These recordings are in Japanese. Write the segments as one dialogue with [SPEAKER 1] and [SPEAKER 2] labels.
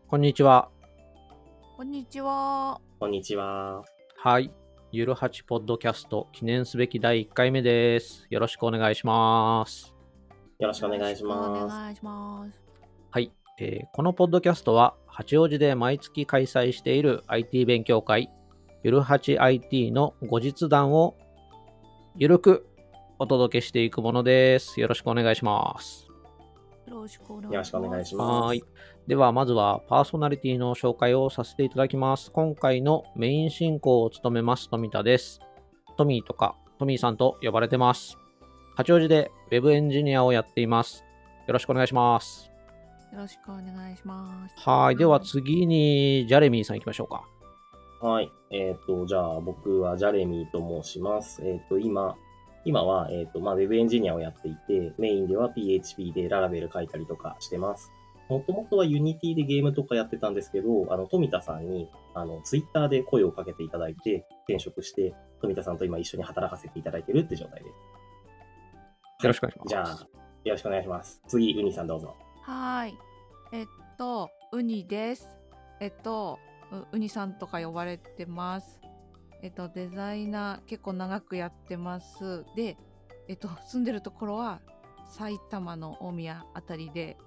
[SPEAKER 1] こんにちは。
[SPEAKER 2] こんにちは。
[SPEAKER 3] こんにちは。
[SPEAKER 1] はい。ゆるはちポッドキャスト記念すべき第1回目です。よろしくお願いします。
[SPEAKER 3] よろしくお願いし
[SPEAKER 2] よろしくお
[SPEAKER 3] ます。
[SPEAKER 2] 願いします。
[SPEAKER 1] はい。このポッドキャストは八王子で毎月開催している IT 勉強会、ゆるはち IT の後日談をゆるくお届けしていくものです。よろしくお願いします。
[SPEAKER 2] よろしくお
[SPEAKER 3] よろしくお願いし
[SPEAKER 1] は
[SPEAKER 3] ます。
[SPEAKER 1] い。では、まずはパーソナリティの紹介をさせていただきます。今回のメイン進行を務めます富田です。トミーとかトミーさんと呼ばれてます。八王子でウェブエンジニアをやっています。よろしくお願いします。
[SPEAKER 2] よろしくお願いします。
[SPEAKER 1] はい。では次にジャレミーさん行きましょうか。
[SPEAKER 3] はい。じゃあ僕はジャレミーと申します。今は、ウェブエンジニアをやっていて、メインでは PHP でララベル書いたりとかしてます。もともとは Unity でゲームとかやってたんですけど、富田さんに、Twitter で声をかけていただいて、転職して、富田さんと今一緒に働かせていただいてるって状態です。
[SPEAKER 1] よろしくお願いします。
[SPEAKER 3] じゃあ、よろしくお願いします。次、ウニさんどうぞ。
[SPEAKER 2] はい。ウニです。ウニさんとか呼ばれてます。デザイナー結構長くやってます。で、住んでるところは埼玉の大宮あたりで、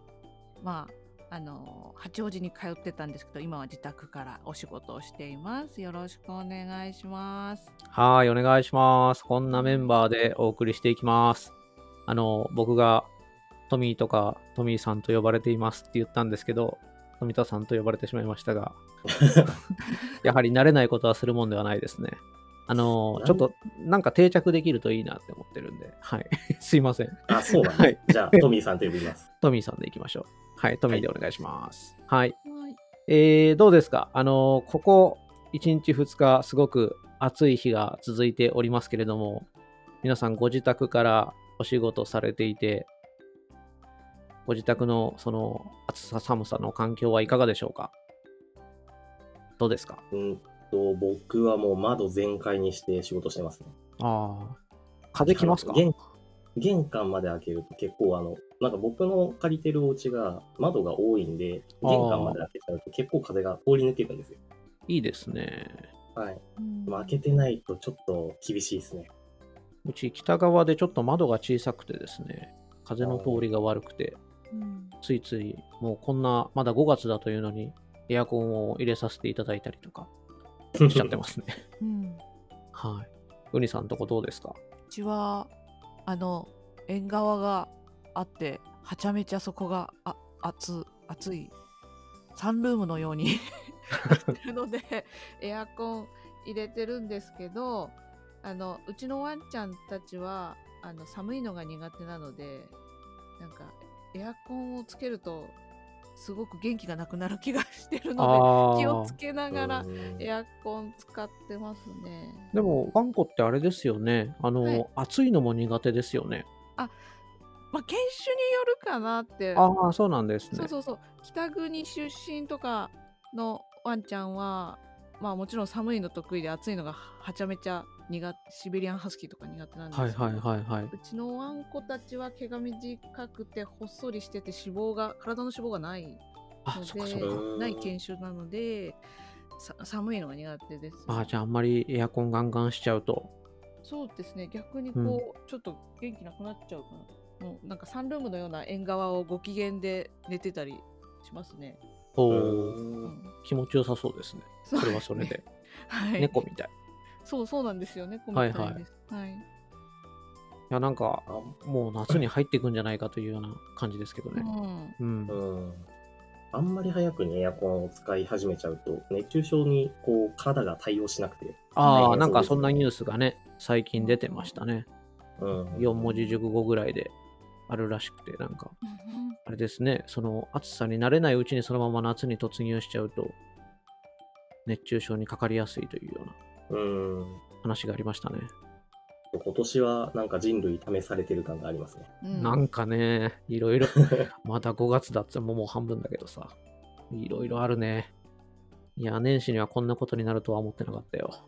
[SPEAKER 2] 八王子に通ってたんですけど、今は自宅からお仕事をしています。よろしくお願いします。
[SPEAKER 1] はい。お願いします。こんなメンバーでお送りしていきます。僕がトミーとかトミーさんと呼ばれていますって言ったんですけど、富田さんと呼ばれてしまいましたが、やはり慣れないことはするもんではないですね。ちょっとなんか定着できるといいなって思ってるんで、はい。すいません。
[SPEAKER 3] あ、そうなんです。
[SPEAKER 1] はい。
[SPEAKER 3] じゃあ、トミーさんと呼びます。
[SPEAKER 1] トミーさんでいきましょう。はい。トミーでお願いします。はい。
[SPEAKER 2] はい。
[SPEAKER 1] どうですか？ここ1日2日すごく暑い日が続いておりますけれども、皆さんご自宅からお仕事されていて、ご自宅のその暑さ寒さの環境はいかがでしょうか？どうですか？
[SPEAKER 3] 僕はもう窓全開にして仕事してますね。
[SPEAKER 1] ああ。風来ますか？
[SPEAKER 3] 玄関まで開けると結構なんか僕の借りてるお家が窓が多いんで、玄関まで開けちゃうと結構風が通り抜けるんですよ。
[SPEAKER 1] いいですね。
[SPEAKER 3] はい。でも開けてないとちょっと厳しいですね。
[SPEAKER 1] うち北側でちょっと窓が小さくてですね、風の通りが悪くて、ついついもうこんなまだ5月だというのにエアコンを入れさせていただいたりとかしちゃってますね。はい。ウニさんとこどうですか？
[SPEAKER 2] うちは縁側があってはちゃめちゃそこが暑いサンルームのようになってるのでエアコン入れてるんですけど、うちのワンちゃんたちは寒いのが苦手なので、なんかエアコンをつけるとすごく元気がなくなる気がしてるので、気をつけながらエアコン使ってますね。
[SPEAKER 1] でもワンコってあれですよね、
[SPEAKER 2] はい、
[SPEAKER 1] 暑いのも苦手ですよね。
[SPEAKER 2] 犬種によるかなって。
[SPEAKER 1] ああ、そうなんですね。
[SPEAKER 2] そう。北国出身とかのワンちゃんは、もちろん寒いの得意で暑いのがはちゃめちゃシベリアンハスキーとか苦手なんですけど、うちのワンコたちは毛が短くてほっそりしてて体の脂肪がないので、ない犬種なので寒いのが苦手です。
[SPEAKER 1] じゃああんまりエアコンガンガンしちゃうと。
[SPEAKER 2] そうですね、逆にちょっと元気なくなっちゃうかな。もうなんかサンルームのような縁側をご機嫌で寝てたりしますね。
[SPEAKER 1] 気持ちよさそうですね。それはそれで。
[SPEAKER 2] はい、
[SPEAKER 1] 猫みたい。
[SPEAKER 2] そうなんですよね。猫みたいです。
[SPEAKER 1] いや、なんかもう夏に入っていくんじゃないかというような感じですけどね。
[SPEAKER 3] あんまり早くにエアコンを使い始めちゃうと熱中症に体が対応しなくて。
[SPEAKER 1] なんかそんなニュースがね、最近出てましたね。4文字熟語ぐらいであるらしくて、なんか、あれですね、その暑さに慣れないうちにそのまま夏に突入しちゃうと、熱中症にかかりやすいというような話がありましたね。
[SPEAKER 3] 今年はなんか人類試されてる感がありますね。
[SPEAKER 1] なんかね、いろいろ、まだ5月だってもう半分だけどさ、いろいろあるね。いや、年始にはこんなことになるとは思ってなかったよ。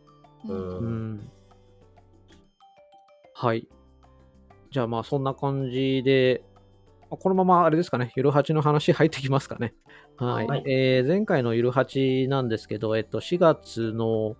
[SPEAKER 1] はい。じゃあそんな感じで、 このままあれですかね、ゆるはちの話入ってきますかね。はい。
[SPEAKER 3] はい
[SPEAKER 1] 前回のゆるはちなんですけど、4月の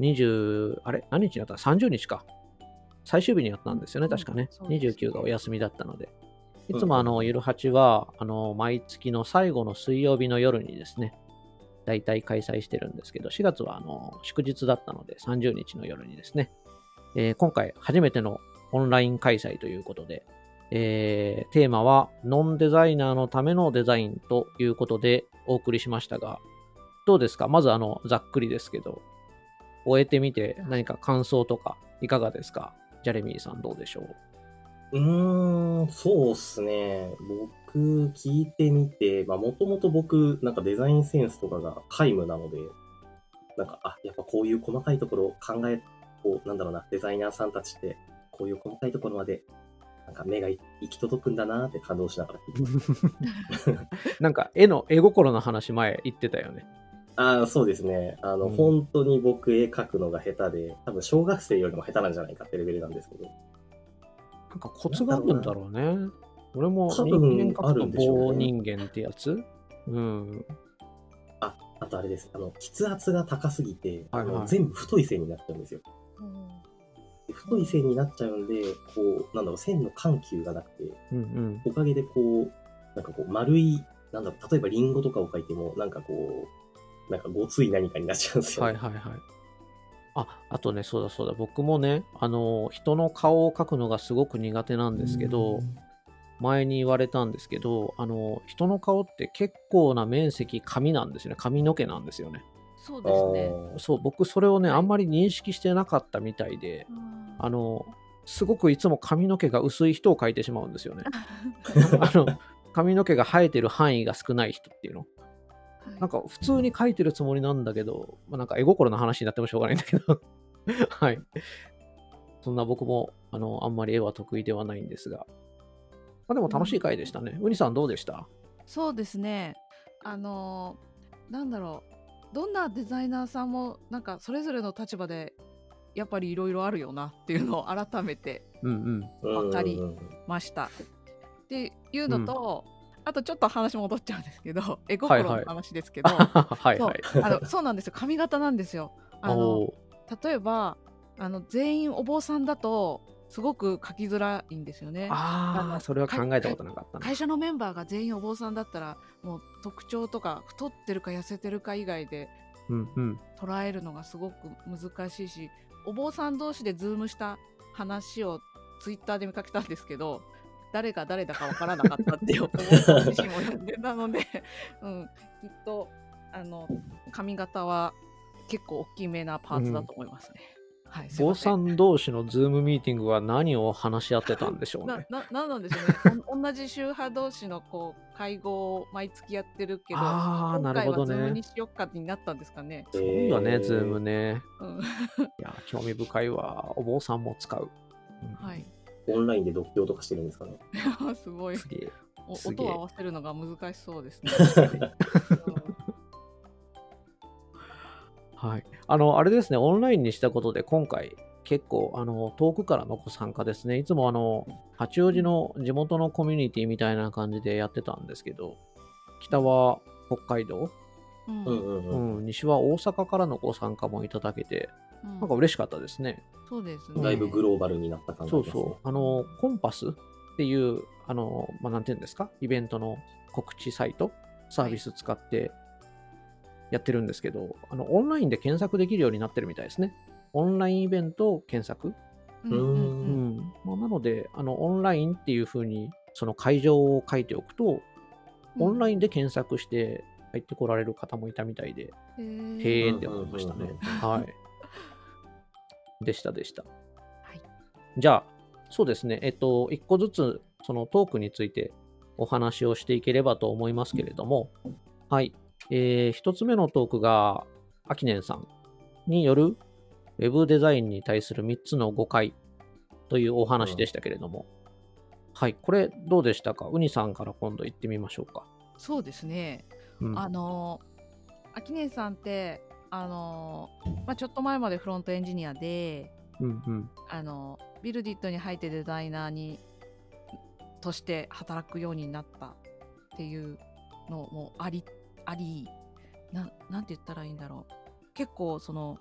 [SPEAKER 1] 20、あれ何日にやった ?30 日か。最終日にやったんですよね、確かね。
[SPEAKER 2] そうですね
[SPEAKER 1] 29がお休みだったので。いつ
[SPEAKER 3] うんうんうん
[SPEAKER 1] もゆるはちは、毎月の最後の水曜日の夜にですね、大体開催してるんですけど、4月は祝日だったので、30日の夜にですね、今回初めてのオンライン開催ということで、テーマはノンデザイナーのためのデザインということでお送りしましたが、どうですか？まずざっくりですけど、終えてみて何か感想とかいかがですか？ジャレミーさんどうでしょう？
[SPEAKER 3] そうっすね。僕、聞いてみて、もともと僕、なんかデザインセンスとかが皆無なので、なんか、やっぱこういう細かいところをなんだろうな、デザイナーさんたちって、こういう細かいところまで、なんか目が行き届くんだなーって感動しながら聞いてます。
[SPEAKER 1] なんか絵心の話前言ってたよね。
[SPEAKER 3] そうですね。
[SPEAKER 1] うん
[SPEAKER 3] 本当に僕絵描くのが下手で、多分小学生よりも下手なんじゃないかってレベルなんですけど。
[SPEAKER 1] なんかコツがあるんだろうね。俺も
[SPEAKER 3] 多
[SPEAKER 1] 人
[SPEAKER 3] 分あ
[SPEAKER 1] 間描くと
[SPEAKER 3] るんでしょうね
[SPEAKER 1] 棒人間ってやつ。うん。
[SPEAKER 3] あとあれです。筆圧が高すぎて、
[SPEAKER 1] はいはい
[SPEAKER 3] 全部太い線になっちゃうんですよ。で太い線になっちゃうんで、こう、なんだろう、線の緩急がなくて、
[SPEAKER 1] うんうん。
[SPEAKER 3] おかげでこう、なんかこう、丸い、なんだろう、例えばリンゴとかを描いても、なんかこう、なんかごつい何かになっちゃうんですよ、ね。
[SPEAKER 1] はいはいはい。あとね、そうだそうだ。僕もね、人の顔を描くのがすごく苦手なんですけど、前に言われたんですけど、人の顔って結構な面積髪なんですよね。髪の毛なんですよね。
[SPEAKER 2] そう
[SPEAKER 3] あ
[SPEAKER 2] ですね。
[SPEAKER 1] そう、僕それをね、
[SPEAKER 2] はい
[SPEAKER 1] あんまり認識してなかったみたいで、
[SPEAKER 2] うん
[SPEAKER 1] すごくいつも髪の毛が薄い人を描いてしまうんですよね。髪の毛が生えてる範囲が少ない人っていうの。なんか普通に描いてるつもりなんだけど、なんか絵心の話になってもしょうがないんだけど、はい。そんな僕も、あんまり絵は得意ではないんですが。でも楽しい回でしたね。ウニさんどうでした？
[SPEAKER 2] そうですね。なんだろう。どんなデザイナーさんもなんかそれぞれの立場でやっぱりいろいろあるよなっていうのを改めて
[SPEAKER 1] うんうん。
[SPEAKER 2] わかりました。っていうのと、あとちょっと話戻っちゃうんですけど、絵心の話ですけど、
[SPEAKER 1] はいはい。
[SPEAKER 2] そうなんですよ。髪型なんですよ。
[SPEAKER 1] おー
[SPEAKER 2] 例えば全員お坊さんだとすごく描きづらいんですよね。
[SPEAKER 1] それは考えたことなかったな。
[SPEAKER 2] 会社のメンバーが全員お坊さんだったらもう特徴とか太ってるか痩せてるか以外で
[SPEAKER 1] うんうん。
[SPEAKER 2] 捉えるのがすごく難しいし、お坊さん同士でズームした話をツイッターで見かけたんですけど、誰が誰だかわからなかったっていうお坊さん自身も読んでたので、きっと髪型は結構大きめなパーツだと思いますね。はい、すいませ
[SPEAKER 1] 坊さん同士のズームミーティングは何を話し合ってたんでしょうね。
[SPEAKER 2] なんでしょうね。同じ宗派同士の会合を毎月やってるけど、
[SPEAKER 1] な
[SPEAKER 2] 今回
[SPEAKER 1] るほどね
[SPEAKER 2] はズームにしよっかになったんですかね。
[SPEAKER 1] そういいよね、ズームね。
[SPEAKER 2] うん
[SPEAKER 1] いや、興味深いわ。お坊さんも使う。
[SPEAKER 2] はい。
[SPEAKER 3] オンラインで読経とかしてるんですかね。
[SPEAKER 2] すごい。
[SPEAKER 1] すげえ。すげ
[SPEAKER 2] 音
[SPEAKER 1] え
[SPEAKER 2] を合わせるのが難しそうですね。
[SPEAKER 1] はい。あれですね、オンラインにしたことで、今回、結構、遠くからのご参加ですね。いつも、八王子の地元のコミュニティみたいな感じでやってたんですけど、北は北海道、西は大阪からのご参加もいただけて、なんか嬉しかったですね。
[SPEAKER 2] そうですね。
[SPEAKER 3] だいぶグローバルになった感じ
[SPEAKER 1] そう
[SPEAKER 3] ですね。
[SPEAKER 1] そう。コンパスっていう、なんていうんですか、イベントの告知サイト、サービス使ってやってるんですけど、オンラインで検索できるようになってるみたいですね。オンラインイベント検索。なので、オンラインっていう風に、その会場を書いておくと、オンラインで検索して入ってこられる方もいたみたいで、へーって思いましたね。はい。でした。
[SPEAKER 2] はい。
[SPEAKER 1] じゃあ、そうですね。一個ずつ、そのトークについてお話をしていければと思いますけれども、はい。一つ目のトークが、アキネンさんによるウェブデザインに対する3つの誤解というお話でしたけれども、はい。これどうでしたか？ウニさんから今度言ってみましょうか。
[SPEAKER 2] そうですね。アキネさんってちょっと前までフロントエンジニアで、ビルディットに入ってデザイナーにとして働くようになったっていうのもありなんて言ったらいいんだろう。結構その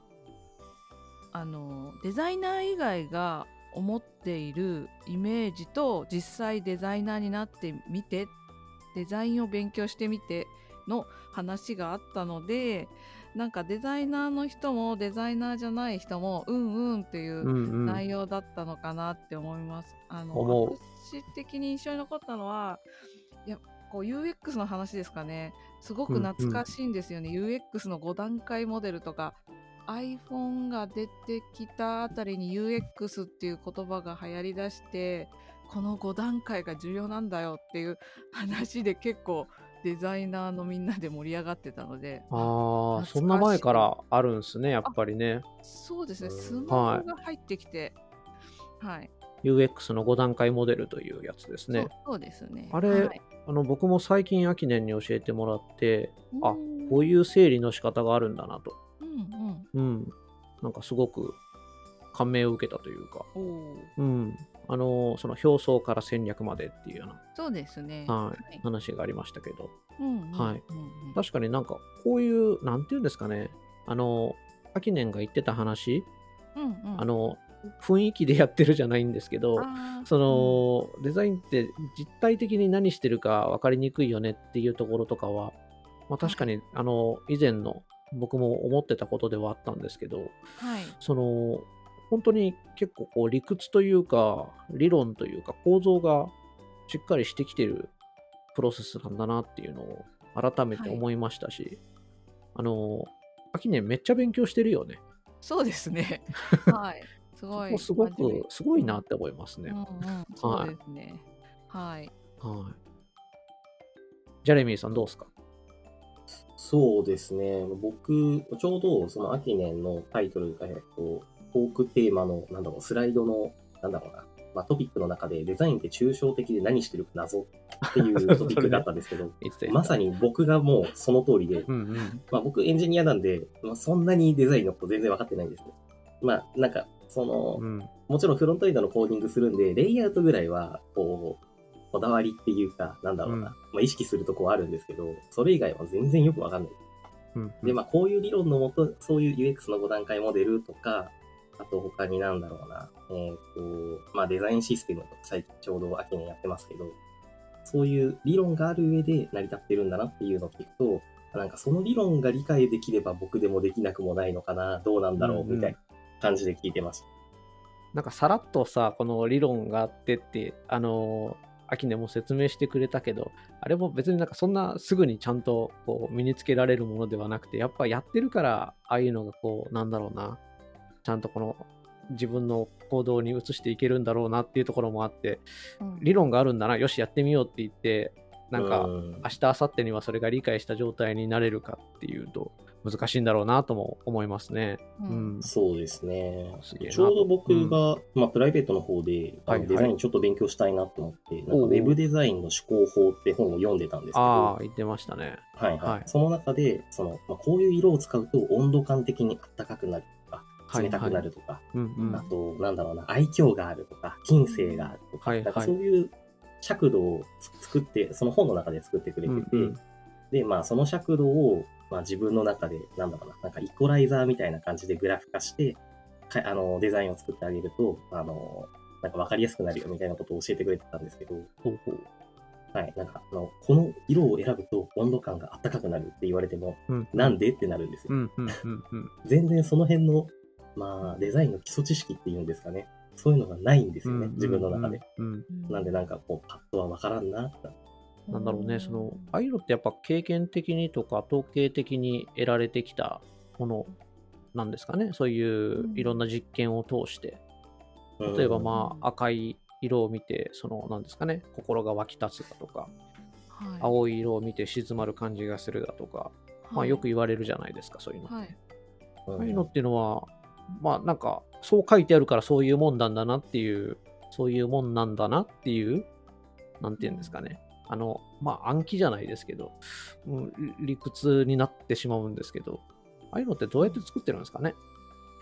[SPEAKER 2] デザイナー以外が思っているイメージと実際デザイナーになってみてデザインを勉強してみての話があったので、なんかデザイナーの人もデザイナーじゃない人もうんっていう
[SPEAKER 1] うんうん。
[SPEAKER 2] 内容だったのかなって思います。
[SPEAKER 1] 思う。
[SPEAKER 2] 私的に印象に残ったのは、いやこう UX の話ですかね。すごく
[SPEAKER 1] うんうん。
[SPEAKER 2] 懐かしいんですよね。UX の5段階モデルとか iPhone が出てきたあたりに UX っていう言葉が流行りだして、この5段階が重要なんだよっていう話で結構デザイナーのみんなで盛り上がってたので、
[SPEAKER 1] ああ、そんな
[SPEAKER 2] 懐かしい。
[SPEAKER 1] 前からあるんすね、やっぱりね。
[SPEAKER 2] そうですね。ス
[SPEAKER 3] うん
[SPEAKER 2] マ
[SPEAKER 1] は
[SPEAKER 2] ホが入ってきて、はい。
[SPEAKER 1] い。UX の5段階モデルというやつですね。
[SPEAKER 2] そうですね。
[SPEAKER 1] あれ、
[SPEAKER 2] はい。
[SPEAKER 1] 僕も最近、秋年に教えてもらって、
[SPEAKER 2] うー
[SPEAKER 1] あ、こう
[SPEAKER 2] ん。
[SPEAKER 1] いう整理の仕方があるんだなと。
[SPEAKER 2] うん
[SPEAKER 1] うん。なんかすごく感銘を受けたというか、
[SPEAKER 2] うん。おお。
[SPEAKER 1] うん。その表層から戦略までっていうよう
[SPEAKER 2] そうですね。
[SPEAKER 1] な、
[SPEAKER 2] は
[SPEAKER 1] はい、
[SPEAKER 2] い。
[SPEAKER 1] 話がありましたけど、
[SPEAKER 2] うんうんうん
[SPEAKER 1] はい。
[SPEAKER 2] うん。
[SPEAKER 1] 確かになんか、こういう、なんていうんですかね、秋年が言ってた話、
[SPEAKER 2] うんうん。
[SPEAKER 1] 雰囲気でやってるじゃないんですけど、
[SPEAKER 2] ああ、
[SPEAKER 1] そ
[SPEAKER 2] うん。
[SPEAKER 1] の、デザインって実体的に何してるか分かりにくいよねっていうところとかは、まあ、
[SPEAKER 2] はい。
[SPEAKER 1] 確かに、以前の僕も思ってたことではあったんですけど、
[SPEAKER 2] はい。
[SPEAKER 1] その、本当に結構こう理屈というか、理論というか構造がしっかりしてきてるプロセスなんだなっていうのを改めて
[SPEAKER 2] はい。
[SPEAKER 1] 思いましたし、あの、秋ね、めっちゃ勉強してるよね。
[SPEAKER 2] そうですね。はい。すごい
[SPEAKER 1] そこすご
[SPEAKER 2] 真面目。
[SPEAKER 1] く、すごい
[SPEAKER 2] うん。
[SPEAKER 1] なって思いますね。
[SPEAKER 2] うんうん。そう
[SPEAKER 1] は
[SPEAKER 2] ですね。はい。
[SPEAKER 1] い。はい。ジャレミーさんどうですか？
[SPEAKER 3] そうですね。僕、ちょうどその秋年のタイトルが、トークテーマの、スライドの、トピックの中でデザインって抽象的で何してるか謎っていうトピックがあ
[SPEAKER 1] それね、
[SPEAKER 3] ったんですけど、
[SPEAKER 1] 言ってた言ってた。
[SPEAKER 3] まさに僕がもうその通りで、
[SPEAKER 1] うんうん。
[SPEAKER 3] 僕エンジニアなんで、そんなにデザインのこと全然分かってないんですよ。
[SPEAKER 1] うん。
[SPEAKER 3] もちろんフロントエンドのコーディングするんで、レイアウトぐらいは、こだわりっていうか、
[SPEAKER 1] うん。
[SPEAKER 3] 意識するとこはあるんですけど、それ以外は全然よくわかんない。で、
[SPEAKER 1] うんうん。
[SPEAKER 3] こういう理論のもと、そういう UX の5段階モデルとか、あと他にデザインシステムとか最近ちょうど秋にやってますけど、そういう理論がある上で成り立ってるんだなっていうのを聞くと、その理論が理解できれば僕でもできなくもないのかな、どうなんだろう、みたいな感じで聞いてました。
[SPEAKER 1] なんかさらっとさ、この理論があってって、アキネも説明してくれたけど、あれも別になんかそんなすぐにちゃんとこう身につけられるものではなくて、やっぱやってるから、ああいうのがこう、なんだろうな、ちゃんとこの自分の行動に移していけるんだろうなっていうところもあって、理論
[SPEAKER 2] うんうん。
[SPEAKER 1] があるんだな、よしやってみようって言って、な
[SPEAKER 3] う
[SPEAKER 1] んか
[SPEAKER 3] ーん。
[SPEAKER 1] 明日、明後日にはそれが理解した状態になれるかっていうと、難しいんだろうなとも思いますね。
[SPEAKER 2] うん。
[SPEAKER 1] うん。
[SPEAKER 3] そうですね。
[SPEAKER 1] すげえ
[SPEAKER 3] ちょうど
[SPEAKER 1] なと。うん。
[SPEAKER 3] 僕が、プライベートの方で、デ
[SPEAKER 1] はいはい。
[SPEAKER 3] ザインちょっと勉強したいなと思って、ウェ
[SPEAKER 1] おうおう。
[SPEAKER 3] ブデザインの思考法って本を読んでたんですけど、
[SPEAKER 1] ああ、言ってましたね。
[SPEAKER 3] はいはい。
[SPEAKER 1] はい。
[SPEAKER 3] その中で、こういう色を使うと温度感的に暖かくなるとか、冷たく
[SPEAKER 1] はいはい。
[SPEAKER 3] なるとか、
[SPEAKER 1] うんうん。
[SPEAKER 3] あと、愛嬌があるとか、品性があるとか、そう
[SPEAKER 1] はいはい。
[SPEAKER 3] いう尺度を作って、その本の中で作ってくれてて、
[SPEAKER 1] うんうん。
[SPEAKER 3] で、その尺度を、自分の中で、イコライザーみたいな感じでグラフ化して、デザインを作ってあげると、わかりやすくなるよみたいなことを教えてくれてたんですけど、
[SPEAKER 1] ほうほう。
[SPEAKER 3] はい、この色を選ぶと温度感が暖かくなるって言われても、
[SPEAKER 1] うんうん。
[SPEAKER 3] なんでってなるんですよ。
[SPEAKER 1] うんうんうんうん。
[SPEAKER 3] 全然その辺の、デザインの基礎知識っていうんですかね。そういうのがないんですよね、
[SPEAKER 1] うんう
[SPEAKER 3] 自分の中で。
[SPEAKER 1] んうんうん。
[SPEAKER 3] なんでパッとはわからんなって。
[SPEAKER 1] なんだろうね、ああいうのってやっぱ経験的にとか統計的に得られてきたものなんですかね。そういういろんな実験を通して。例えば赤い色を見て、なんですかね、心が湧き立つだとか、
[SPEAKER 2] はい。
[SPEAKER 1] 青い色を見て静まる感じがするだとか、よ
[SPEAKER 2] はい。
[SPEAKER 1] く言われるじゃないですか、そういうのって。
[SPEAKER 2] はい。
[SPEAKER 1] ああいうのっていうのは、なんか、そう書いてあるからそういうもんなんだなっていう、そういうもんなんだなっていう、なんていうんですかね。暗記じゃないですけど、理屈になってしまうんですけど、ああいうのってどうやって作ってるんですかね。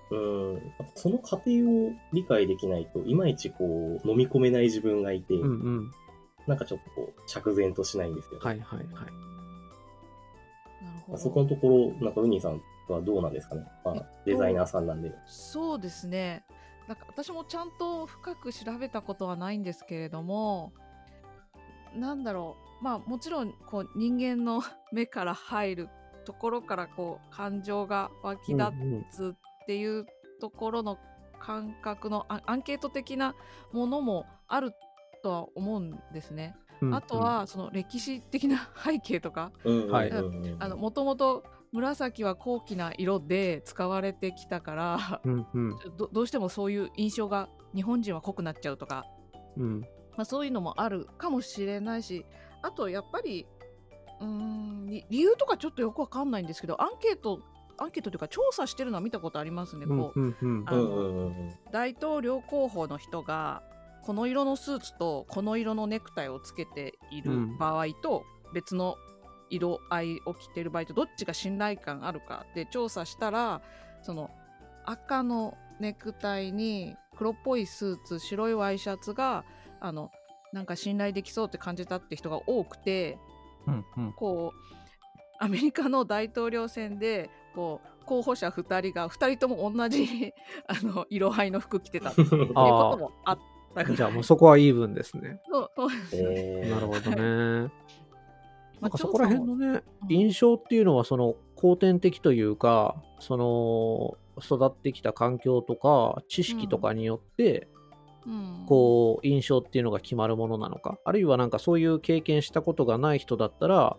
[SPEAKER 3] その過程を理解できないと、いまいちこう、飲み込めない自分がいて、
[SPEAKER 1] うんうん。
[SPEAKER 3] なんかちょっとこう、釈然としないんですよね。
[SPEAKER 1] はいはいはい。
[SPEAKER 2] なるほど。
[SPEAKER 3] そこのところ、なんかウニさんはどうなんですかね。デザイナーさんなんで。
[SPEAKER 2] そうですね。なんか私もちゃんと深く調べたことはないんですけれども、なんだろう。まあもちろんこう人間の目から入るところからこう感情が湧き立つっていうところの感覚のアンケート的なものもあるとは思うんですね。あとはその歴史的な背景とか、もともと紫は高貴な色で使われてきたからどうしてもそういう印象が日本人は濃くなっちゃうとか、そういうのもあるかもしれないし、あとやっぱり理由とかちょっとよくわかんないんですけど、アンケートというか調査してるのは見たことありますね。大統領候補の人がこの色のスーツとこの色のネクタイをつけている場合と、別の色合いを着てる場合とどっちが信頼感あるかで調査したら、その赤のネクタイに黒っぽいスーツ、白いワイシャツがなんか信頼できそうって感じたって人が多くて、こうアメリカの大統領選でこう候補者2人が2人とも同じ色合いの服着てたっていうこともあったぐらい。
[SPEAKER 1] じゃあもうそこはイーブンですね。
[SPEAKER 2] そうですね。
[SPEAKER 1] なるほどね。なんかそこら辺のね、印象っていうのはその後天的というか、その育ってきた環境とか知識とかによって、こう印象っていうのが決まるものなのか、あるいはなんかそういう経験したことがない人だったら、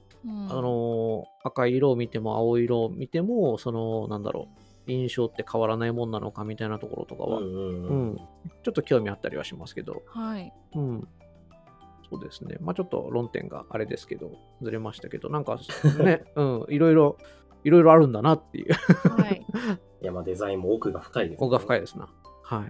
[SPEAKER 1] 赤い色を見ても青い色を見ても、そのなんだろう、印象って変わらないもんなのかみたいなところとかは、ちょっと興味あったりはしますけど、そうですね。まあちょっと論点があれですけど、ずれましたけど、なんかね、いろいろあるんだなっていう。
[SPEAKER 3] いや、まあデザインも奥が深いですね。
[SPEAKER 1] 奥が深いですな。はい。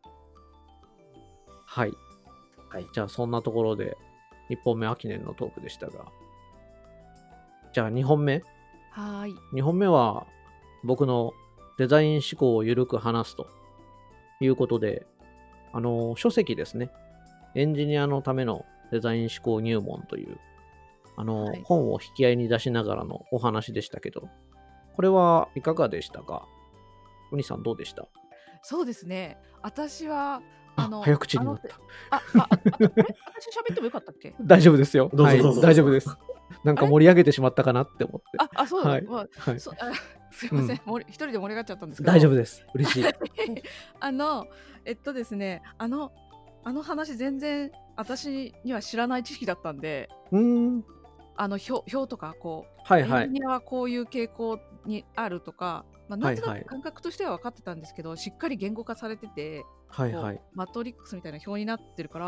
[SPEAKER 1] はい。じゃあそんなところで、1本目秋年のトークでしたが、じゃあ2本目。2本目は僕のデザイン思考をゆるく話すということで、書籍ですね。エンジニアのためのデザイン思考入門という、本を引き合いに出しながらのお話でしたけど、これはいかがでしたか？お兄さんどうでした？
[SPEAKER 2] そうですね。私は
[SPEAKER 1] 早口になった。
[SPEAKER 2] 私喋ってもよかったっけ？
[SPEAKER 1] 大丈夫ですよ。はい、大丈夫です。なんか盛り上げてしまったかなって思って。
[SPEAKER 2] そうだ。すいません。一人で盛り上がっちゃったんですけど。
[SPEAKER 1] 大丈夫です。嬉しい。
[SPEAKER 2] ですね、あの話全然私には知らない知識だったんで、表とかこう、エンジニアはこういう傾向にあるとか、なんとなく感覚としては分かってたんですけど、しっかり言語化されてて、マトリックスみたいな表になってるから、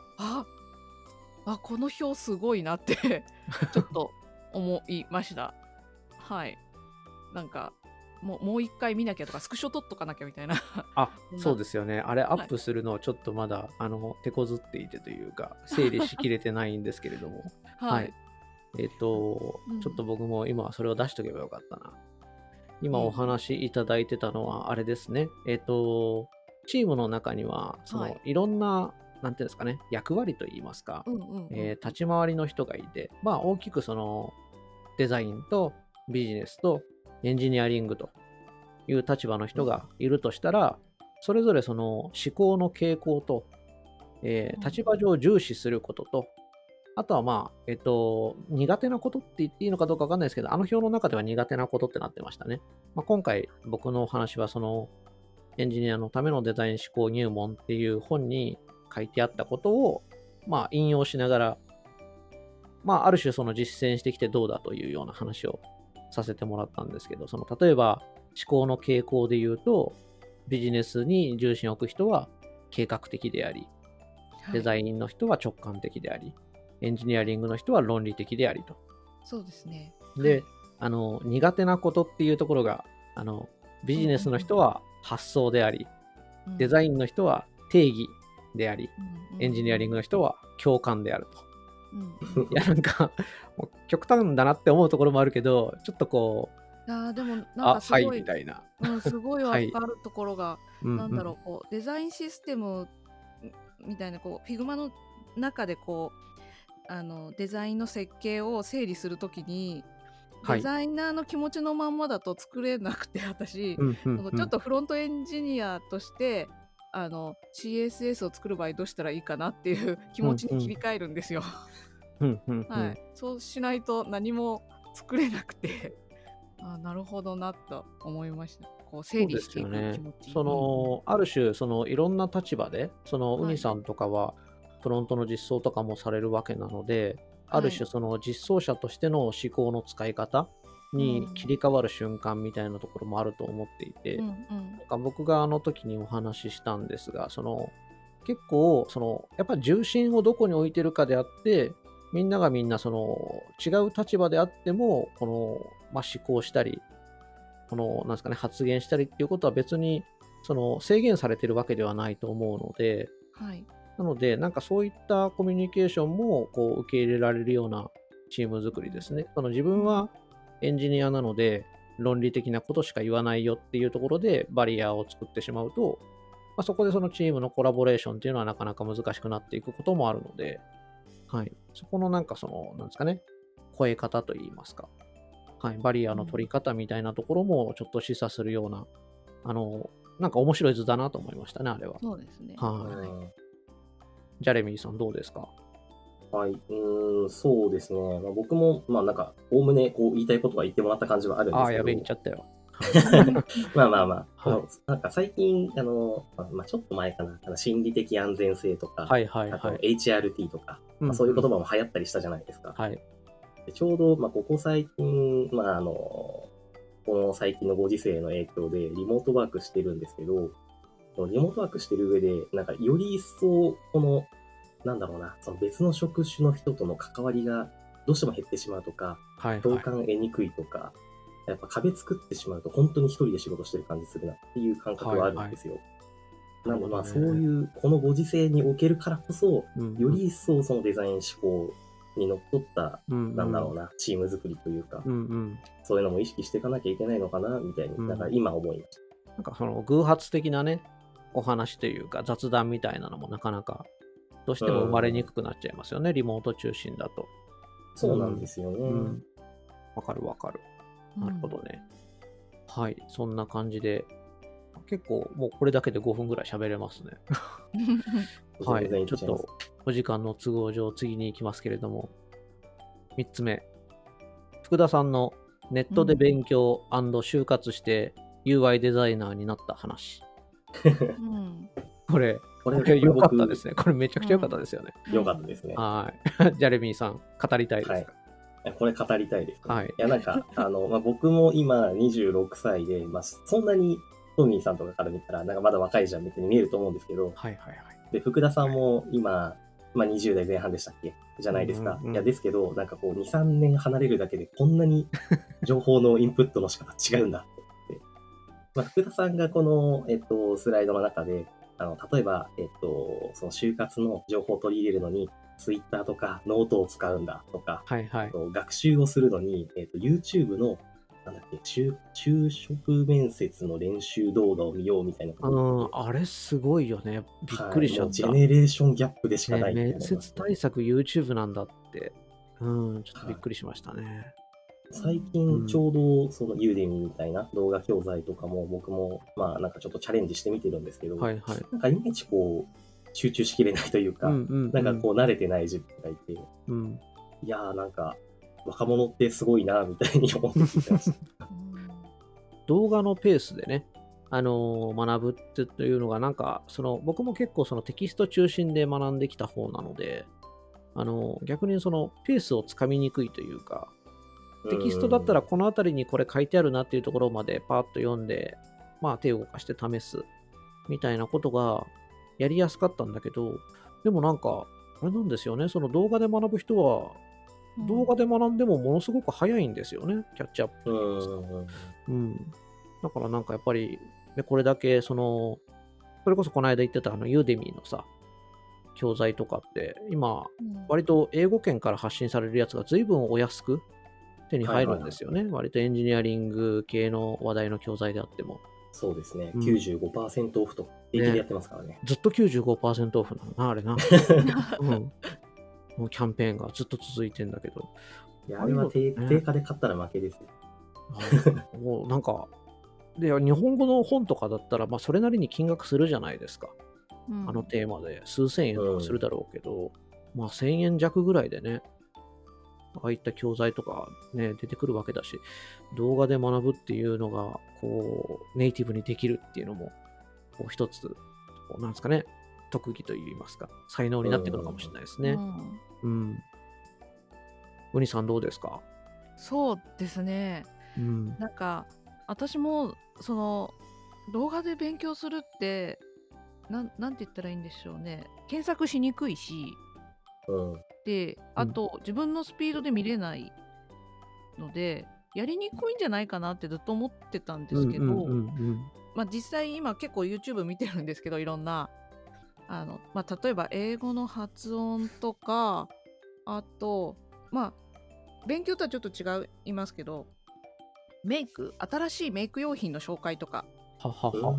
[SPEAKER 2] この表すごいなってちょっと思いました。はい。なんかもう一回見なきゃとか、スクショ撮っとかなきゃみたいな。
[SPEAKER 1] そうですよね。あれアップするのをちょっとまだ手こずっていてというか、整理しきれてないんですけれども。ちょっと僕も今それを出しとけばよかったな。今お話いただいてたのはあれですね。チームの中には、いろんな、なんていうんですかね、役割といいますか、立ち回りの人がいて、大きくそのデザインとビジネスとエンジニアリングという立場の人がいるとしたら、それぞれその思考の傾向と、立場上重視することと、あとは苦手なことって言っていいのかどうかわかんないですけど、表の中では苦手なことってなってましたね。今回僕のお話はそのエンジニアのためのデザイン思考入門っていう本に書いてあったことを引用しながら、ある種その実践してきてどうだというような話をさせてもらったんですけど、例えば思考の傾向で言うと、ビジネスに重心を置く人は計画的であり、デザインの人は直感的であり、エンジニアリングの人は論理的でありと。
[SPEAKER 2] そうですね。
[SPEAKER 1] で、苦手なことっていうところが、ビジネスの人は発想であり、デザインの人は定義であり、エンジニアリングの人は共感であると。いや、なんか、極端だなって思うところもあるけど、ちょっとこう、
[SPEAKER 2] でもなん
[SPEAKER 1] あ、はい、
[SPEAKER 2] かすごい、
[SPEAKER 1] みたいな。
[SPEAKER 2] すごい
[SPEAKER 1] はい。
[SPEAKER 2] わかるところが、
[SPEAKER 1] うん
[SPEAKER 2] なんだろう、こうデザインシステムみたいな、こう Figma の中でこうデザインの設計を整理するときに、
[SPEAKER 1] はい。
[SPEAKER 2] デザイナーの気持ちのまんまだと作れなくて、私、ちょっとフロントエンジニアとして、CSS を作る場合どうしたらいいかなっていう気持ちに切り替えるんですよ。はい。そうしないと何も作れなくて、なるほどなと思いました。こう整理していく気持ち。
[SPEAKER 1] ある種、いろんな立場で、ウ
[SPEAKER 2] はい。
[SPEAKER 1] ニさんとかは、フロントの実装とかもされるわけなので、ある
[SPEAKER 2] はい。
[SPEAKER 1] 種、実装者としての思考の使い方に切り替わる瞬間みたいなところもあると思っていて、なんか僕があの時にお話ししたんですが、結構、やっぱり重心をどこに置いてるかであって、みんながみんな、違う立場であっても、思考したり、なんですかね、発言したりっていうことは別に、制限されてるわけではないと思うので、
[SPEAKER 2] はい。
[SPEAKER 1] なので、なんかそういったコミュニケーションも、こう、受け入れられるようなチーム作りですね。自分はエンジニアなので、論理的なことしか言わないよっていうところでバリアを作ってしまうと、そこでそのチームのコラボレーションっていうのはなかなか難しくなっていくこともあるので、はい。そこのなんかなんですかね、超え方といいますか、はい、バリアの取り方みたいなところもちょっと示唆するような、なんか面白い図だなと思いましたね、あれは。
[SPEAKER 2] そうですね。
[SPEAKER 1] はい。ジャレミーさんどうですか？
[SPEAKER 3] はい。そうですね。僕も、なんか、おおむね、こう、言いたいことは言ってもらった感じはあるんですけど。
[SPEAKER 1] やべえ、言っちゃったよ。
[SPEAKER 3] まあまあまあ、
[SPEAKER 1] はい、
[SPEAKER 3] なんか最近、ちょっと前かな、心理的安全性とか、
[SPEAKER 1] はいはい
[SPEAKER 3] あと
[SPEAKER 1] はい。
[SPEAKER 3] HRT とか、そういう言葉も流行ったりしたじゃないですか。
[SPEAKER 1] はい。
[SPEAKER 3] でちょうど、ここ最近、この最近のご時世の影響でリモートワークしてるんですけど、このリモートワークしてる上で、なんかより一層、なんだろうな、その別の職種の人との関わりがどうしても減ってしまうとか、共感得にくいとか、やっぱ壁作ってしまうと本当に一人で仕事してる感じするなっていう感覚はあるんですよ。なのでそういう、このご時世におけるからこそ、より一層そのデザイン思考にのっとった、なんだろうな、チーム作りというか、そういうのも意識していかなきゃいけないのかな、みたいに、なんか今思いました。
[SPEAKER 1] なんか偶発的なね、お話というか雑談みたいなのもなかなかどうしても生まれにくくなっちゃいますよね、リモート中心だと。
[SPEAKER 3] そうなんですよね。
[SPEAKER 1] わかるわかる。なるほどね。はい、そんな感じで、結構もうこれだけで5分ぐらい喋れますね。はい、ちょっとお時間の都合上次に行きますけれども、3つ目。福田さんのネットで勉強&就活して UI デザイナーになった話。これ良かったですね。これめちゃくちゃ良かったですよね。
[SPEAKER 3] 良かったですね。
[SPEAKER 1] はい。ジャレミーさん、語りたいですか？
[SPEAKER 3] これ語りたいです、ね。
[SPEAKER 1] はい。
[SPEAKER 3] いや、なんか、僕も今26歳で、そんなにトミーさんとかから見たら、なんかまだ若いじゃんみたいに見えると思うんですけど、
[SPEAKER 1] はいはいはい。
[SPEAKER 3] で、福田さんも今、20代前半でしたっけじゃないですか。いや、ですけど、なんかこう、2、3年離れるだけでこんなに情報のインプットの仕方違うんだって。福田さんがこの、スライドの中で、例えば、その就活の情報を取り入れるのに、ツイッターとかノートを使うんだとか、学習をするのに、YouTube の、なんだっけ、就職面接の練習動画を見ようみたいなこと。
[SPEAKER 1] あれすごいよね。びっくりしちゃった。
[SPEAKER 3] ジェネレーションギャップでしかない、
[SPEAKER 1] ね。面接対策 YouTube なんだって。ちょっとびっくりしましたね。
[SPEAKER 3] 最近ちょうどそのユーデミみたいな動画教材とかも僕もなんかちょっとチャレンジしてみてるんですけど、なんかいまいちこう集中しきれないというか、なんかこう慣れてない自分がいて、いやーなんか若者ってすごいなみたいに思ってきてました。
[SPEAKER 1] 動画のペースでね、学ぶってというのがなんか僕も結構テキスト中心で学んできた方なので、逆にペースをつかみにくいというか、テキストだったらこの辺りにこれ書いてあるなっていうところまでパーッと読んで、手を動かして試すみたいなことがやりやすかったんだけど、でもなんか、あれなんですよね、その動画で学ぶ人は、動画で学んでもものすごく早いんですよね、キャッチアップ。だからなんかやっぱり、これだけそれこそこの間言ってたユーデミーのさ、教材とかって、今、割と英語圏から発信されるやつが随分お安く手に入るんですよね。割とエンジニアリング系の話題の教材であっても。
[SPEAKER 3] そうですね。
[SPEAKER 1] うん
[SPEAKER 3] 95% オフと平気でやってますからね。
[SPEAKER 1] ずっと 95% オフなのな、あれな。うん。もうキャンペーンがずっと続いてんだけど。
[SPEAKER 3] いや、あれは定価で買ったら負けですよ。
[SPEAKER 1] もうなんか、で、日本語の本とかだったら、まあ、それなりに金額するじゃないですか。
[SPEAKER 2] うん
[SPEAKER 1] あのテーマで。数千円とかするだろうけど、まあ、1000円弱ぐらいでね、ああいった教材とかね、出てくるわけだし、動画で学ぶっていうのが、こう、ネイティブにできるっていうのも、こう一つ、こうなんですかね、特技といいますか、才能になってくるのかもしれないですね。
[SPEAKER 2] うん
[SPEAKER 1] うん。ウニさんどうですか？
[SPEAKER 2] そうですね。
[SPEAKER 1] うん。
[SPEAKER 2] なんか私もその動画で勉強するってなんて言ったらいいんでしょうね。検索しにくいし、
[SPEAKER 3] うん。
[SPEAKER 2] で、あと自分のスピードで見れないので、やりにくいんじゃないかなってずっと思ってたんですけど、まあ実際今結構 YouTube 見てるんですけど、いろんなまあ例えば英語の発音とか、あとまあ勉強とはちょっと違いますけど、新しいメイク用品の紹介とか、
[SPEAKER 1] ははは。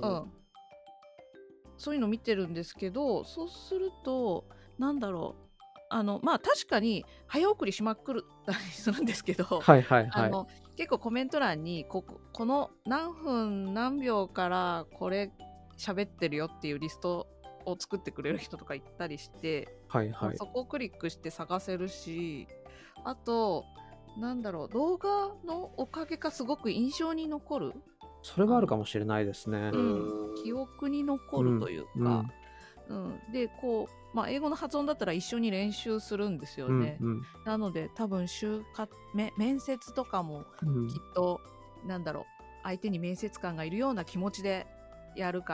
[SPEAKER 2] そういうの見てるんですけど、そうするとなんだろう、まあ確かに早送りしまくったりするんですけど、
[SPEAKER 1] はいはいはい。
[SPEAKER 2] 結構コメント欄にこの何分何秒からこれ喋ってるよっていうリストを作ってくれる人とかいたりして、
[SPEAKER 1] はいはい。
[SPEAKER 2] そこをクリックして探せるし、あとなんだろう、動画のおかげかすごく印象に残る、
[SPEAKER 1] それはあるかもしれないですね。
[SPEAKER 2] 記憶に残るというか、でこう、まあ、英語の発音だったら一緒に練習するんですよね。なので多分面接とかもきっと、なんだろう、相手に面接官がいるような気持ちでやるから、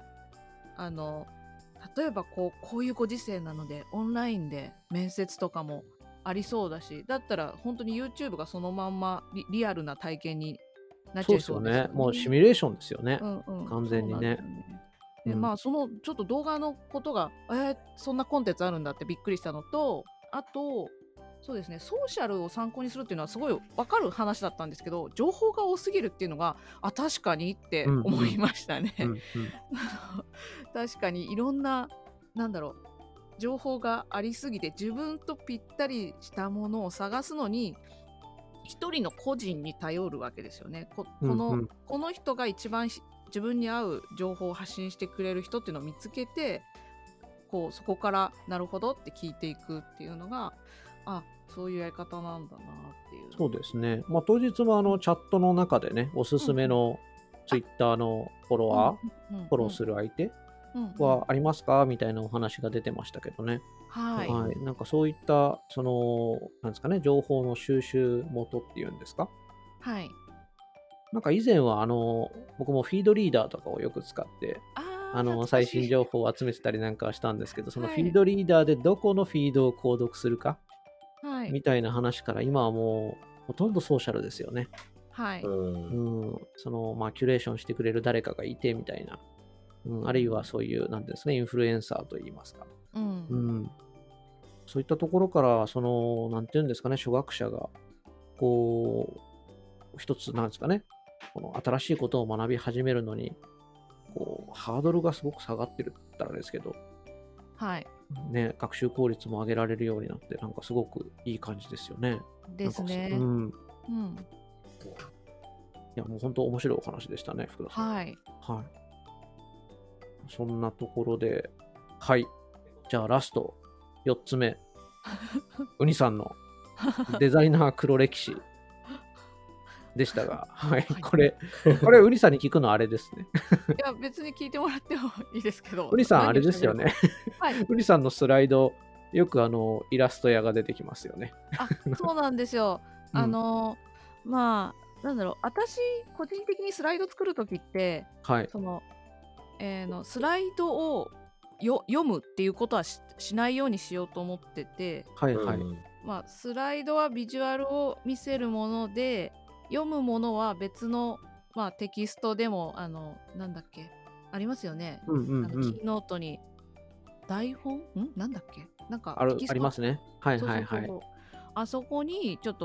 [SPEAKER 2] 例えばこういうご時世なのでオンラインで面接とかもありそうだし、だったら本当に YouTube がそのまんまリアルな体験になっちゃいそうですよね。
[SPEAKER 1] もうシミュレーションですよね。完全にね。
[SPEAKER 2] で、まあそのちょっと動画のことがそんなコンテンツあるんだってびっくりしたのと、あとそうですね、ソーシャルを参考にするっていうのはすごい分かる話だったんですけど、情報が多すぎるっていうのが確かにって思いましたね。確かにいろんな、なんだろう、情報がありすぎて自分とぴったりしたものを探すのに一人の個人に頼るわけですよね。この人が一番自分に合う情報を発信してくれる人っていうのを見つけて、こうそこからなるほどって聞いていくっていうのが、そういうやり方なんだなっていう。
[SPEAKER 1] そうですね。まあ当日もチャットの中でね、おすすめのツイッターのフォローする相手はありますかみたいなお話が出てましたけどね。はい。なんかそういった、なんですかね、情報の収集元っていうんですか。
[SPEAKER 2] はい。
[SPEAKER 1] なんか以前は僕もフィードリーダーとかをよく使って、最新情報を集めてたりなんかしたんですけど、そのフィードリーダーでどこのフィードを購読するか、みたいな話から今はもうほとんどソーシャルですよね。
[SPEAKER 2] はい。
[SPEAKER 1] まあキュレーションしてくれる誰かがいてみたいな。あるいはそういう、なんですね、インフルエンサーといいますか。そういったところから、なんていうんですかね、初学者が、こう、一つ、なんですかね、この新しいことを学び始めるのに、こう、ハードルがすごく下がってるって言ったらですけど、ね、学習効率も上げられるようになって、なんかすごくいい感じですよね。
[SPEAKER 2] ですね。
[SPEAKER 1] いや、もう本当面白いお話でしたね、福田さん。はい。そんなところで、はい。じゃあラスト、4つ目。ウニさんのデザイナー黒歴史でしたが、はい。これウニさんに聞くのあれですね。
[SPEAKER 2] いや、別に聞いてもらってもいいですけど。
[SPEAKER 1] ウニさんあれですよね。ウニさんのスライド、よくイラスト屋が出てきますよね。
[SPEAKER 2] そうなんですよ。まあ、なんだろう、私、個人的にスライド作るときって、スライドを読むっていうことは しないようにしようと思ってて、まあ、スライドはビジュアルを見せるもので、読むものは別の、まあ、テキストでもなんだっけありますよね。キーノートに台本なんだっけ、なんか
[SPEAKER 1] ありますね。あそ
[SPEAKER 2] こにちょっと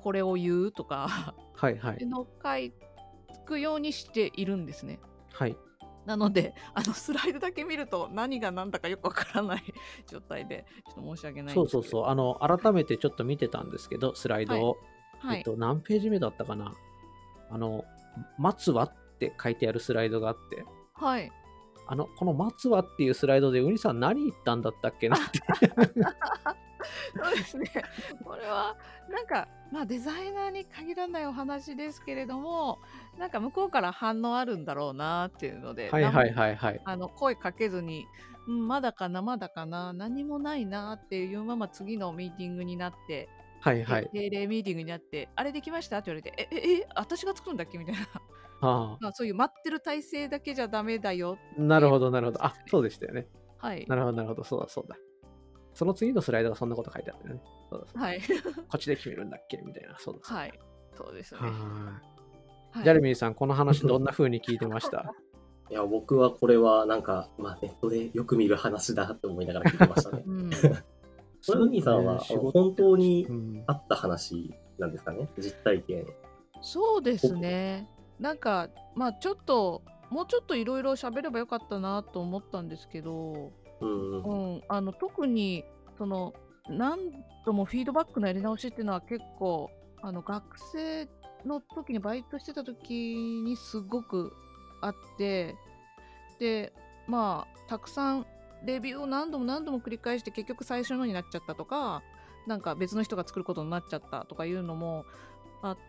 [SPEAKER 2] これを言うとか
[SPEAKER 1] はいはい。
[SPEAKER 2] っていうのを書くようにしているんですね。
[SPEAKER 1] はい。
[SPEAKER 2] なので、スライドだけ見ると何が何だかよくわからない状態で、ちょっと申し訳ないんですけど。
[SPEAKER 1] そうそうそう。改めてちょっと見てたんですけど、スライドを。
[SPEAKER 2] はい。
[SPEAKER 1] 何ページ目だったかな。待つわって書いてあるスライドがあって、
[SPEAKER 2] はい。
[SPEAKER 1] この待つわっていうスライドで、ウニさん何言ったんだったっけなって。
[SPEAKER 2] そうですね。これは、なんか、デザイナーに限らないお話ですけれども、なんか向こうから反応あるんだろうなっていうので、
[SPEAKER 1] はいはいはいはい。
[SPEAKER 2] 声かけずに、まだかな、まだかな、何もないなっていうまま次のミーティングになって、
[SPEAKER 1] はいはい。
[SPEAKER 2] 定例ミーティングになって、あれできましたって言われて、私が作るんだっけみたいな。
[SPEAKER 1] ああ、
[SPEAKER 2] そういう待ってる体制だけじゃダメだよっていう
[SPEAKER 1] なるほどなるほど。あ、そうでしたよね。
[SPEAKER 2] はい。
[SPEAKER 1] なるほどなるほど。そうだそうだ。その次のスライドがそんなこと書いてあったよね。そうだそうだ。
[SPEAKER 2] はい。
[SPEAKER 1] こっちで決めるんだっけみたいな。そうだそう
[SPEAKER 2] はい。そうです
[SPEAKER 1] だ。
[SPEAKER 2] ね。
[SPEAKER 1] はーい。
[SPEAKER 2] はい。
[SPEAKER 1] ジャレミーさん、この話どんな風に聞いてました？
[SPEAKER 3] いや、僕はこれはなんか、ネットでよく見る話だと思いながら聞いてましたね。
[SPEAKER 2] うん。
[SPEAKER 3] これ、ウニさんは
[SPEAKER 1] 仕事
[SPEAKER 3] 本当に
[SPEAKER 1] うん
[SPEAKER 3] あった話なんですかね、実体験。
[SPEAKER 2] そうですね。なんか、ちょっと、もうちょっといろいろ喋ればよかったなと思ったんですけど、
[SPEAKER 3] うんうん。
[SPEAKER 2] 特に、何度もフィードバックのやり直しっていうのは結構、学生の時にバイトしてた時にすごくあって、で、たくさんレビューを何度も何度も繰り返して結局最初のになっちゃったとか、なんか別の人が作ることになっちゃったとかいうのもあって、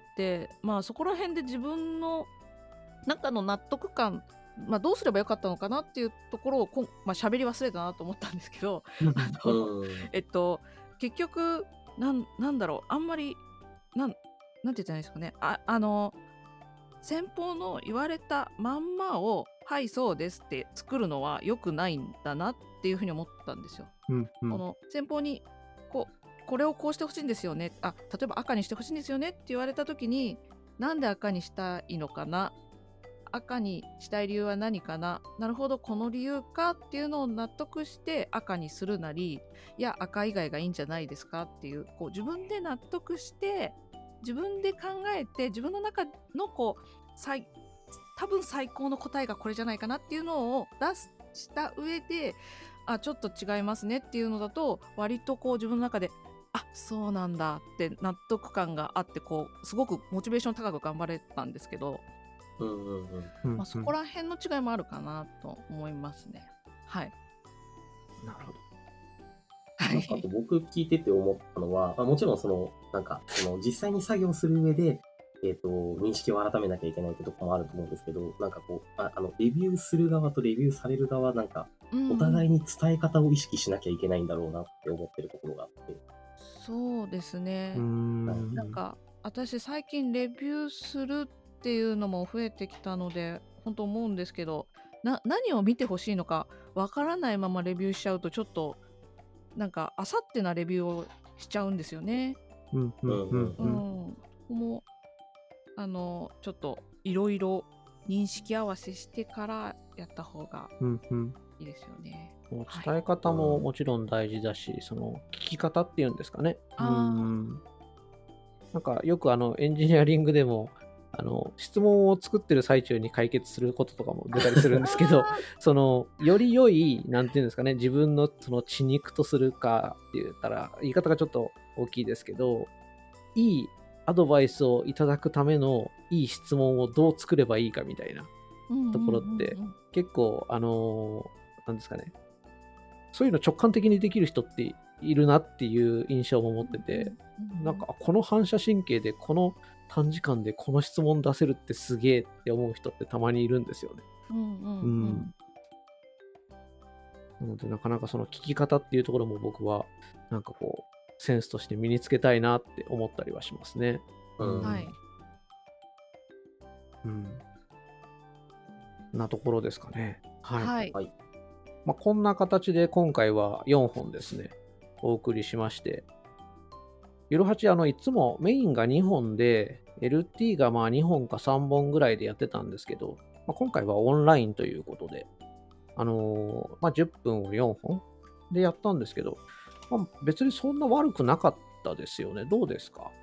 [SPEAKER 2] そこら辺で自分の中の納得感、どうすればよかったのかなっていうところを喋り忘れたなと思ったんですけど、あの、
[SPEAKER 3] うん。
[SPEAKER 2] 結局、なんだろう、あんまり、なんて言ったらいいんですかね、先方の言われたまんまを、はい、そうですって作るのは良くないんだなっていうふうに思ったんですよ。
[SPEAKER 1] うんうん。
[SPEAKER 2] 先方にこれをこうしてほしいんですよね、例えば赤にしてほしいんですよねって言われた時に、なんで赤にしたいのかな、赤にしたい理由は何かな、なるほどこの理由かっていうのを納得して赤にするなり、いや赤以外がいいんじゃないですかっていう、自分で納得して自分で考えて自分の中の多分最高の答えがこれじゃないかなっていうのを出した上で、ちょっと違いますねっていうのだと割と自分の中でそうなんだって納得感があって、すごくモチベーション高く頑張れたんですけど、
[SPEAKER 3] うんうんうん。
[SPEAKER 1] うんうん
[SPEAKER 2] そこら辺の違いもあるかなと思いますね。はい。
[SPEAKER 1] なるほど。
[SPEAKER 3] なんかあと僕聞いてて思ったのは、もちろん実際に作業する上で、認識を改めなきゃいけないってところもあると思うんですけど、レビューする側とレビューされる側、お互いに伝え方を意識しなきゃいけないんだろうなって思ってるところがあって。
[SPEAKER 2] そうですね。
[SPEAKER 1] なん
[SPEAKER 2] か私最近レビューするっていうのも増えてきたので本当思うんですけど、何を見てほしいのかわからないままレビューしちゃうと、ちょっとあさってなレビューをしちゃうんですよね。
[SPEAKER 1] うんうんうんうん。
[SPEAKER 2] ここもちょっといろいろ認識合わせしてからやった方が
[SPEAKER 1] うんうん。
[SPEAKER 2] いいですよね。
[SPEAKER 1] 伝え方ももちろん大事だし、その聞き方っていうんですかね。なんかよくエンジニアリングでも質問を作ってる最中に解決することとかも出たりするんですけど、より良い、なんていうんですかね、自分のその血肉とするかって言ったら、言い方がちょっと大きいですけど、いいアドバイスをいただくためのいい質問をどう作ればいいかみたいなところって、結構、なんですかね、そういうの直感的にできる人っているなっていう印象も持ってて、この反射神経でこの短時間でこの質問出せるってすげえって思う人ってたまにいるんですよね。なのでなかなかその聞き方っていうところも僕はセンスとして身につけたいなって思ったりはしますね。
[SPEAKER 2] はい。
[SPEAKER 1] なところですかね。
[SPEAKER 2] はい。
[SPEAKER 1] こんな形で今回は4本ですね、お送りしまして、ゆるはちいつもメインが2本で、LT が2本か3本ぐらいでやってたんですけど、今回はオンラインということで、10分を4本でやったんですけど、別にそんな悪くなかったですよね。どうですか？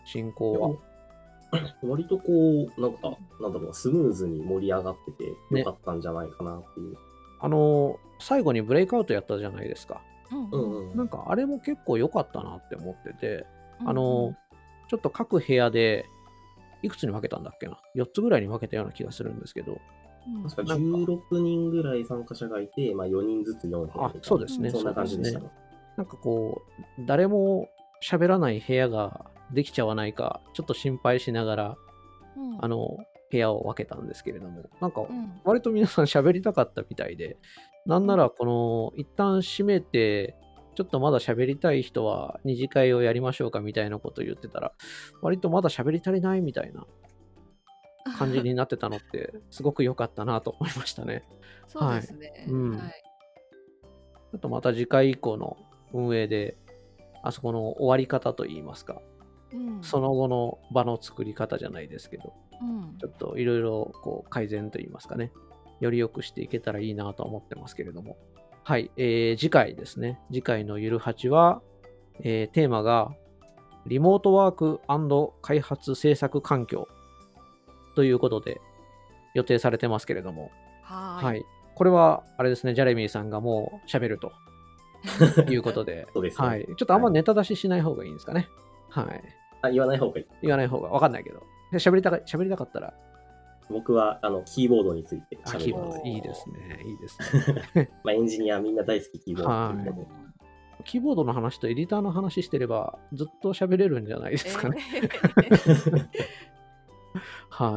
[SPEAKER 1] 進行は。
[SPEAKER 3] 割となんか、なんだろう、スムーズに盛り上がってて、よかったんじゃないかなっていう。
[SPEAKER 1] 最後にブレイクアウトやったじゃないですか。
[SPEAKER 3] うん
[SPEAKER 1] なんかあれも結構良かったなって思ってて、
[SPEAKER 2] うんうん
[SPEAKER 1] ちょっと各部屋で、いくつに分けたんだっけな ?4 つぐらいに分けたような気がするんですけど。
[SPEAKER 2] うん
[SPEAKER 3] 確か16人ぐらい参加者がいて、まあ4人ずつ4部屋みたいな。
[SPEAKER 1] そうですね。
[SPEAKER 3] そんな感じでした
[SPEAKER 1] そう
[SPEAKER 3] ね。
[SPEAKER 1] なんか誰も喋らない部屋ができちゃわないか、ちょっと心配しながら、
[SPEAKER 2] うん
[SPEAKER 1] 部屋を分けたんですけれども、なんか
[SPEAKER 2] うん
[SPEAKER 1] 割と皆さん喋りたかったみたいで、なんなら一旦閉めて、ちょっとまだ喋りたい人は二次会をやりましょうかみたいなことを言ってたら、割とまだ喋り足りないみたいな感じになってたのって、すごく良かったなと思いましたね。
[SPEAKER 2] そうですね。
[SPEAKER 1] うん
[SPEAKER 2] はい。
[SPEAKER 1] ちょっとまた次回以降の運営で、あそこの終わり方といいますか、
[SPEAKER 2] うん
[SPEAKER 1] その後の場の作り方じゃないですけど、
[SPEAKER 2] うん
[SPEAKER 1] ちょっといろいろ改善といいますかね、より良くしていけたらいいなと思ってますけれども。はい、次回ですね。次回のゆる8は、テーマが、リモートワーク&開発制作環境ということで予定されてますけれども、
[SPEAKER 2] はい。
[SPEAKER 1] これは、あれですね、ジャレミーさんがもう喋るということで、
[SPEAKER 3] そうですね。
[SPEAKER 1] はい。ちょっとあんまネタ出ししない方がいいんですかね。はい。
[SPEAKER 3] 言わない方がいい。
[SPEAKER 1] 言わない方がわかんないけど。喋りたかったら、
[SPEAKER 3] 僕は、キーボードについて
[SPEAKER 1] キーボ
[SPEAKER 3] 喋ります。
[SPEAKER 1] ードいいですね。いいですね。
[SPEAKER 3] まあ、エンジニアみんな大好きキーボードっていうことで。
[SPEAKER 1] キーボードの話とエディターの話してれば、ずっと喋れるんじゃないですかね。はい。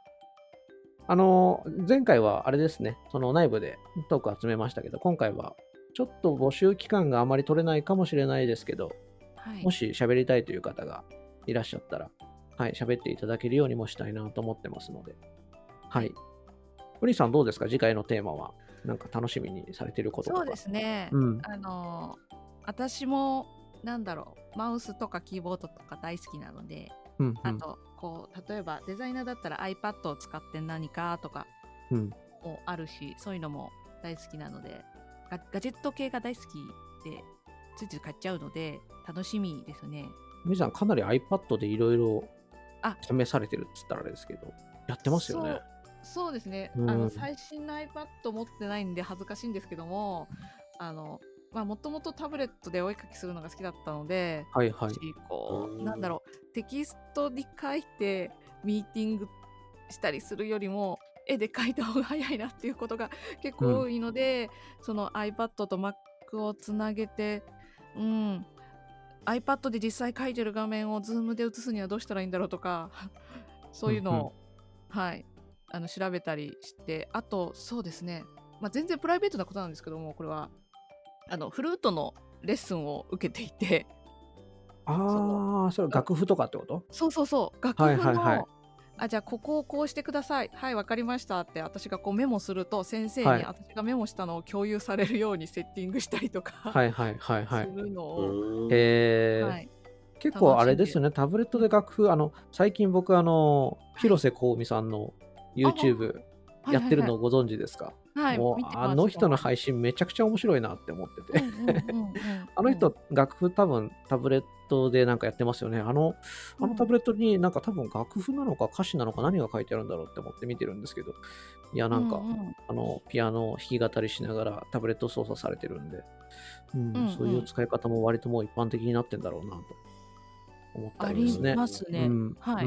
[SPEAKER 1] 前回はあれですね、その内部でトーク集めましたけど、今回はちょっと募集期間があまり取れないかもしれないですけど、
[SPEAKER 2] はい
[SPEAKER 1] もし喋りたいという方がいらっしゃったら、はい、喋っていただけるようにもしたいなと思ってますので、はい。お兄さんどうですか次回のテーマは。なんか楽しみにされてることとか。
[SPEAKER 2] そうですね。
[SPEAKER 1] うん。
[SPEAKER 2] 私もなんだろう、マウスとかキーボードとか大好きなので、
[SPEAKER 1] うんうん
[SPEAKER 2] あと例えばデザイナーだったら iPad を使って何かとか
[SPEAKER 1] うん
[SPEAKER 2] もあるし、そういうのも大好きなので、ガジェット系が大好きでついつい買っちゃうので楽しみですね。
[SPEAKER 1] お兄さんかなり iPad でいろいろ
[SPEAKER 2] あ
[SPEAKER 1] 試されてるって言ったらあれですけど、やってますよね。
[SPEAKER 2] そうですね、
[SPEAKER 1] うん
[SPEAKER 2] 最新の iPad 持ってないんで恥ずかしいんですけども、もともとタブレットでお絵かきするのが好きだったので、
[SPEAKER 1] はいはい。
[SPEAKER 2] なんだろう、テキストに書いてミーティングしたりするよりも絵で描いた方が早いなっていうことが結構多いので、その iPad と Mac をつなげて、iPad で実際描いてる画面を Zoom で映すにはどうしたらいいんだろうとかそういうのを、調べたりして、あとそうですね、全然プライベートなことなんですけども、これはフルートのレッスンを受けていて、
[SPEAKER 1] ああ、それ楽譜とかってこと？
[SPEAKER 2] そう楽譜の、
[SPEAKER 1] はいはいはい
[SPEAKER 2] じゃあここをこうしてください、はいわかりましたって私がメモすると、先生
[SPEAKER 1] はい
[SPEAKER 2] に私がメモしたのを共有されるようにセッティングしたりとか、
[SPEAKER 1] はいはいはいはい。
[SPEAKER 2] するのを、
[SPEAKER 1] へえ、結構あれですよね、タブレットで楽譜、最近僕、広瀬香美さんの YouTube やってるのをご存知ですか？もう
[SPEAKER 2] 見てます
[SPEAKER 1] あの人の配信めちゃくちゃ面白いなって思ってて、あの
[SPEAKER 2] うん
[SPEAKER 1] 人楽譜多分タブレットでなんかやってますよね。あのタブレットになんか多分楽譜なのか歌詞なのか何が書いてあるんだろうって思って見てるんですけど、いやなんか、ピアノを弾き語りしながらタブレット操作されてるんで、そういう使い方も割ともう一般的になってんだろうなと思ったりですね。
[SPEAKER 2] ありますね。はい。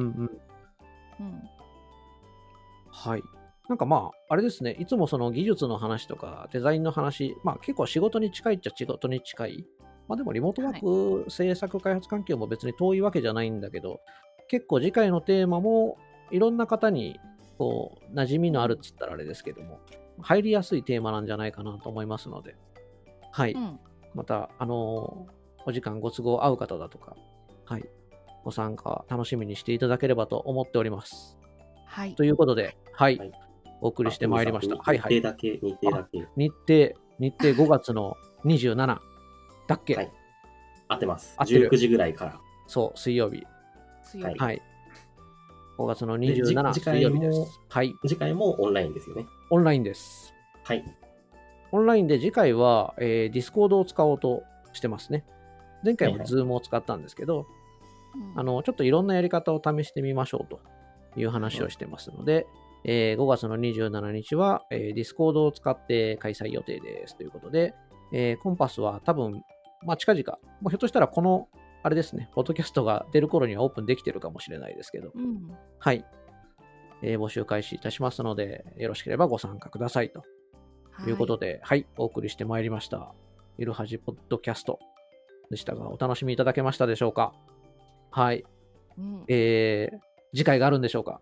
[SPEAKER 1] はい。なんかあれですね、いつもその技術の話とかデザインの話、結構仕事に近いっちゃ仕事に近い。でもリモートワーク、制作開発環境も別に遠いわけじゃないんだけど、結構次回のテーマもいろんな方に馴染みのあるっつったらあれですけども、入りやすいテーマなんじゃないかなと思いますので、はい。また、お時間ご都合合う方だとか、はい。ご参加楽しみにしていただければと思っております。
[SPEAKER 2] はい。
[SPEAKER 1] ということで、はい。お送りしてまいりました。
[SPEAKER 3] 日程だけ。
[SPEAKER 1] 日程5月の27だっけ？
[SPEAKER 3] はい。合ってます。
[SPEAKER 1] 合ってる。
[SPEAKER 3] 19時ぐらいから。
[SPEAKER 1] そう、水曜日。はい。5月の27日水曜日です。はい。
[SPEAKER 3] 次回もオンラインですよね。
[SPEAKER 1] オンラインです。
[SPEAKER 3] はい。
[SPEAKER 1] オンラインで次回は、Discord を使おうとしてますね。前回も Zoom を使ったんですけど、 ちょっといろんなやり方を試してみましょうという話をしてますので、5月の27日は、Discord を使って開催予定ですということで、コンパスは多分、近々、もうひょっとしたらこの、あれですね、ポッドキャストが出る頃にはオープンできてるかもしれないですけど、はい、募集開始いたしますので、よろしければご参加くださいということで、はい、お送りしてまいりました。ゆるはじポッドキャストでしたが、お楽しみいただけましたでしょうか。はい。次回があるんでしょうか。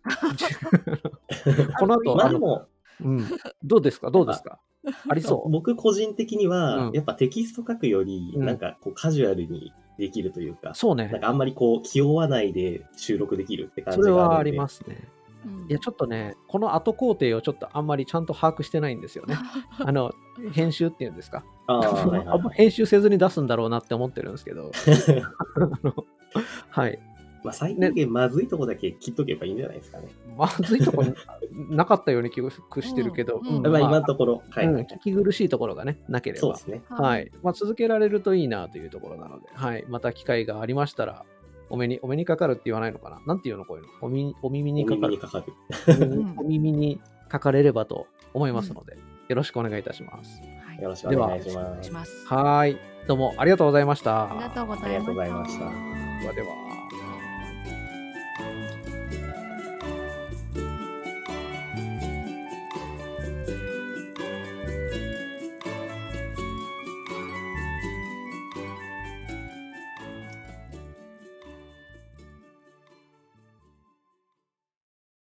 [SPEAKER 1] この後、
[SPEAKER 3] でも、
[SPEAKER 1] どうですかありそう。
[SPEAKER 3] 僕個人的には、やっぱテキスト書くより、なんかこうカジュアルにできるというか、
[SPEAKER 1] そうね。
[SPEAKER 3] なんかあんまりこう気負わないで収録できるって感じが
[SPEAKER 1] それはありますね。いや、ちょっとね、この後工程をちょっとあんまりちゃんと把握してないんですよね。編集っていうんですか。編集せずに出すんだろうなって思ってるんですけど。はい。
[SPEAKER 3] 最低限まずいとこだけ切っとけばいいんじゃないですかね。
[SPEAKER 1] まずいとこなかったように気がしてるけど、
[SPEAKER 3] 今のところ、
[SPEAKER 1] 聞き苦しいところがね、なければ。
[SPEAKER 3] そうですね。
[SPEAKER 1] はい。続けられるといいなというところなので、はい。また機会がありましたら、お目にかかるって言わないのかな、なんていうのこういうの。お耳にかかる。お耳にかかれればと思いますので、よろしくお願いいたします。
[SPEAKER 3] よろしくお願いします。
[SPEAKER 1] はい。どうもありがとうございました。
[SPEAKER 2] ありがとうございました。
[SPEAKER 1] ではでは。